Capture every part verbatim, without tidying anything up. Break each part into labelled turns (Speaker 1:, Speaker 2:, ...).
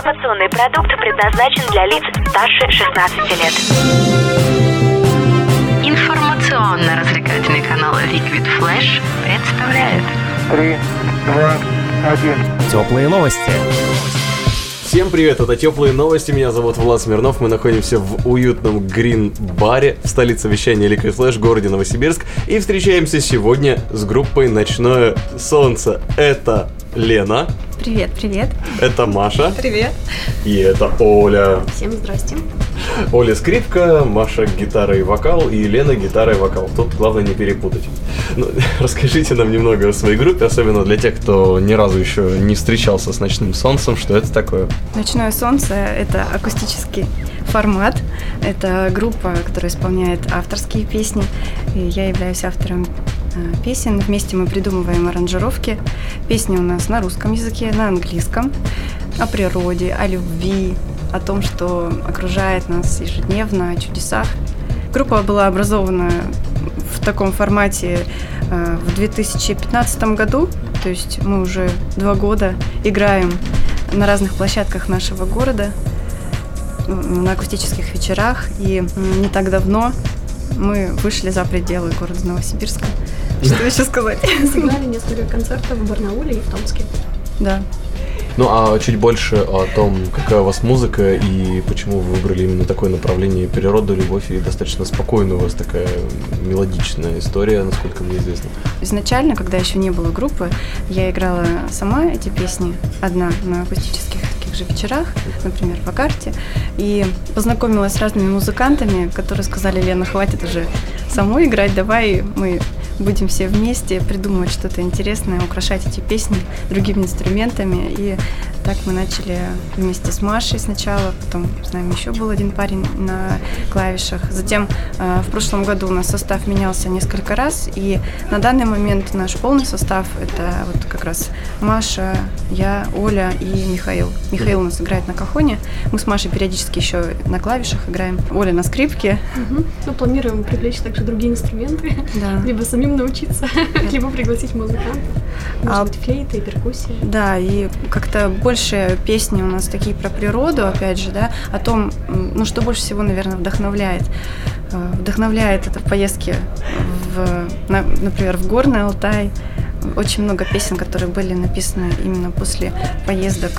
Speaker 1: Информационный продукт предназначен для лиц старше шестнадцати лет. Информационно-развлекательный канал Liquid Flash представляет
Speaker 2: три, два, один.
Speaker 3: Теплые новости.
Speaker 4: Всем привет, это Теплые новости, меня зовут Влад Смирнов, мы находимся в уютном грин-баре в столице вещания Liquid Flash, городе Новосибирск, и встречаемся сегодня с группой «Ночное солнце». Это Лена.
Speaker 5: Привет, привет.
Speaker 4: Это Маша.
Speaker 5: Привет.
Speaker 4: И это Оля.
Speaker 5: Всем здрасте.
Speaker 4: Оля скрипка, Маша гитара и вокал, и Лена гитара и вокал. Тут главное не перепутать. Ну, расскажите нам немного о своей группе, особенно для тех, кто ни разу еще не встречался с «Ночным солнцем». Что это такое?
Speaker 5: «Ночное солнце» — это акустический формат. Это группа, которая исполняет авторские песни. И я являюсь автором э, песен. Вместе мы придумываем аранжировки. Песни у нас на русском языке, на английском. О природе, о любви, о том, что окружает нас ежедневно, о чудесах. Группа была образована в таком формате э, в две тысячи пятнадцатом году, то есть мы уже два года играем на разных площадках нашего города, на акустических вечерах, и не так давно мы вышли за пределы города Новосибирска. Что еще сказать?
Speaker 6: Сыграли несколько концертов в Барнауле и в Томске.
Speaker 5: Да.
Speaker 4: Ну, а чуть больше о том, какая у вас музыка и почему вы выбрали именно такое направление: природа, любовь, и достаточно спокойная у вас такая мелодичная история, насколько мне известно.
Speaker 5: Изначально, когда еще не было группы, я играла сама эти песни одна на акустических таких же вечерах, например, в Акарте, и познакомилась с разными музыкантами, которые сказали: Лена, хватит уже самой играть, давай мы будем все вместе придумывать что-то интересное, украшать эти песни другими инструментами. И так мы начали вместе с Машей сначала, потом с нами еще был один парень на клавишах. Затем э, в прошлом году у нас состав менялся несколько раз, и на данный момент наш полный состав — это вот как раз Маша, я, Оля и Михаил. Михаил у нас играет на кахоне, мы с Машей периодически еще на клавишах играем, Оля на скрипке.
Speaker 6: Угу. Мы планируем привлечь также другие инструменты, да. Либо самим научиться, либо пригласить музыкантов, может а, быть, флейта и перкуссия.
Speaker 5: Да, и как-то больше песни у нас такие про природу, опять же, да, о том, ну, что больше всего, наверное, вдохновляет. Вдохновляет это в поездке, в, на, например, в Горный Алтай. Очень много песен, которые были написаны именно после поездок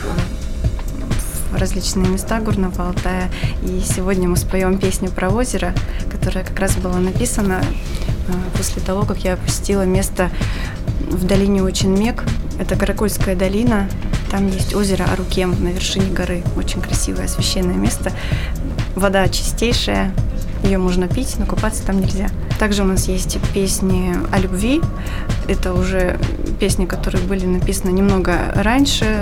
Speaker 5: в различные места Горного Алтая. И сегодня мы споем песню про озеро, которая как раз была написана после того, как я посетила место в долине Ученмек. Это Каракольская долина. Там есть озеро Арукем на вершине горы. Очень красивое, священное место. Вода чистейшая. Ее можно пить, но купаться там нельзя. Также у нас есть песни о любви. Это уже песни, которые были написаны немного раньше,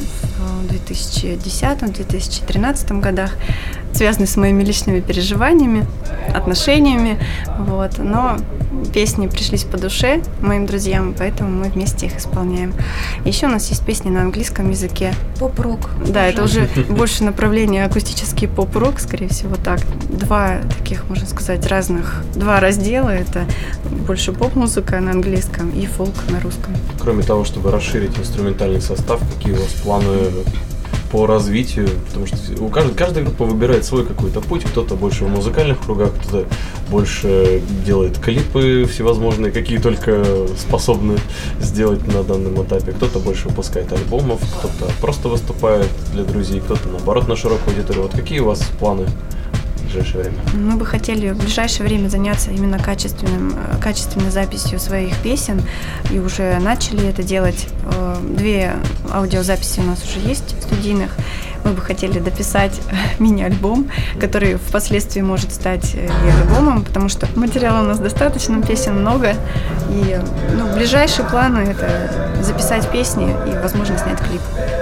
Speaker 5: в две тысячи десятом - две тысячи тринадцатом годах, связаны с моими личными переживаниями, отношениями. Вот. Но песни пришлись по душе моим друзьям, поэтому мы вместе их исполняем. Еще у нас есть песни на английском языке.
Speaker 6: Поп-рок.
Speaker 5: Да, это уже больше направление акустический поп-рок, скорее всего, так. Два таких, можно сказать, разных, два раздела. Это больше поп-музыка на английском и фолк на русском.
Speaker 4: Кроме того, чтобы расширить инструментальный состав, какие у вас планы по развитию? Потому что у каждой, каждая группа выбирает свой какой-то путь. Кто-то больше в музыкальных кругах, кто-то больше делает клипы всевозможные, какие только способны сделать на данном этапе. Кто-то больше выпускает альбомов, кто-то просто выступает для друзей, кто-то наоборот на широкую аудиторию. Вот какие у вас планы в ближайшее время?
Speaker 5: Мы бы хотели в ближайшее время заняться именно качественным, качественной записью своих песен, и уже начали это делать. Две аудиозаписи у нас уже есть студийных. Мы бы хотели дописать мини-альбом, который впоследствии может стать и альбомом, потому что материала у нас достаточно, песен много. И ну, ближайшие планы — это записать песни и, возможно, снять клип.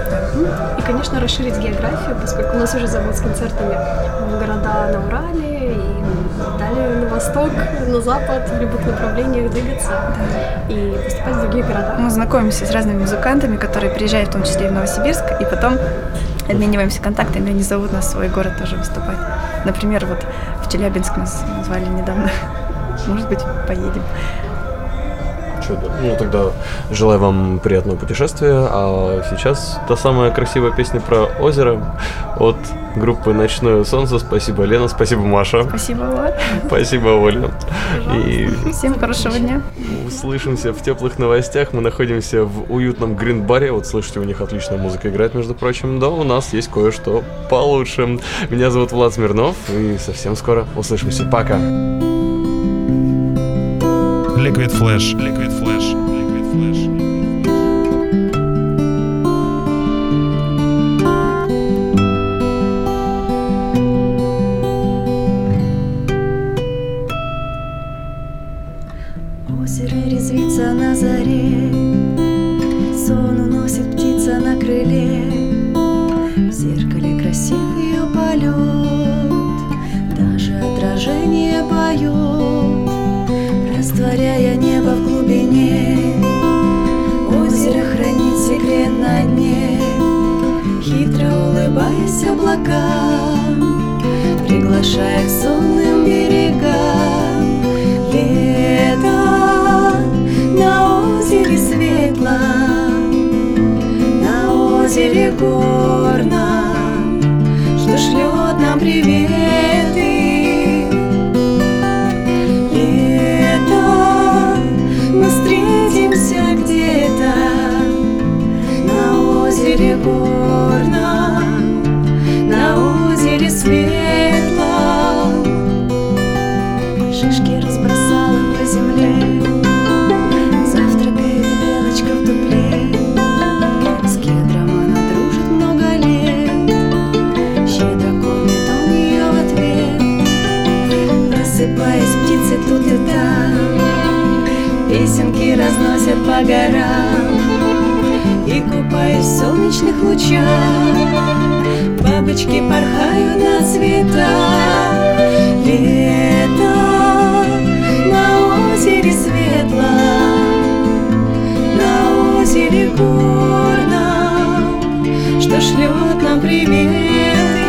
Speaker 6: И, конечно, расширить географию, поскольку у нас уже завод с концертами в города на Урале и далее на восток, на запад, в любых направлениях двигаться, да, и поступать в другие города.
Speaker 5: Мы знакомимся с разными музыкантами, которые приезжают в том числе и в Новосибирск, и потом обмениваемся контактами, они зовут нас в свой город тоже выступать. Например, вот в Челябинск нас звали недавно. Может быть, поедем.
Speaker 4: Что, да? Ну тогда желаю вам приятного путешествия, а сейчас та самая красивая песня про озеро от группы «Ночное солнце». Спасибо, Лена, спасибо, Маша.
Speaker 5: Спасибо, Влад.
Speaker 4: Спасибо, Оля. И
Speaker 5: всем хорошего дня.
Speaker 4: Услышимся в теплых новостях. Мы находимся в уютном грин-баре. Вот слышите, у них отличная музыка играет, между прочим. Да, у нас есть кое-что получше. Меня зовут Влад Смирнов, и совсем скоро услышимся. Пока.
Speaker 3: Liquid Flash, Liquid Flash, Liquid Flash.
Speaker 7: Озеро резвится на заре, сон уносит птица на крыле. В зеркале красив ее полет, даже отражение поет, растворяя небо в глубине. Озеро хранит секрет на дне, хитро улыбаясь облакам, приглашая к сонным берегам. Лето на озере светлом, на озере горном, что шлет нам приветы. Мы встретимся где-то на озере горном, на озере светлом. Шишки разбросала по земле, завтракает белочка в дупле. С кедром она дружит много лет, щедро кормит он ее в ответ. Просыпаясь, птицы тут и там песенки разносят по горам, и, купаясь в солнечных лучах, бабочки порхают на цветах. Лето на озере светлом, на озере горном, что шлет нам приветы.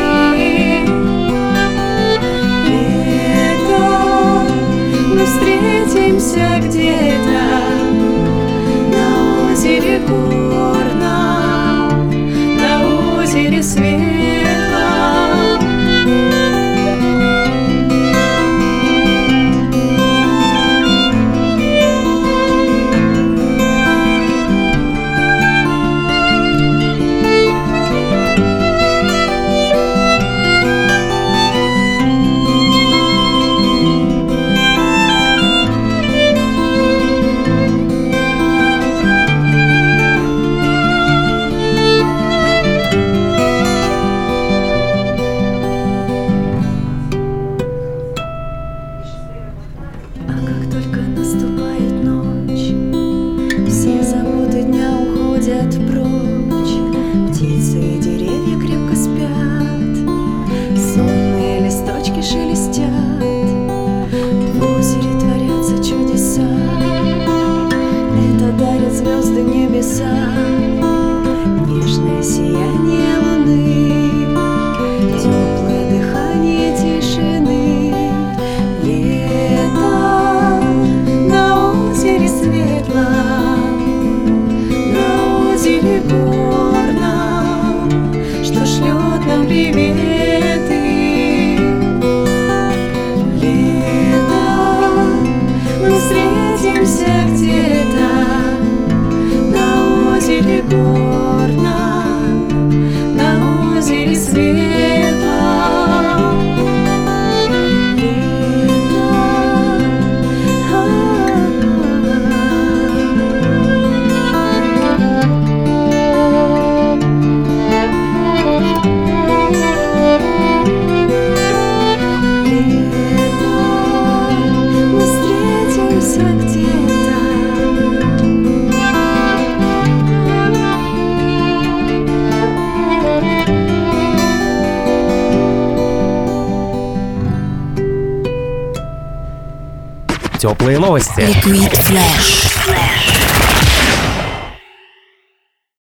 Speaker 7: Лето мы встретимся где-то на озере горном, на озере светлом.
Speaker 8: Теплые новости.
Speaker 9: Liquid Flash.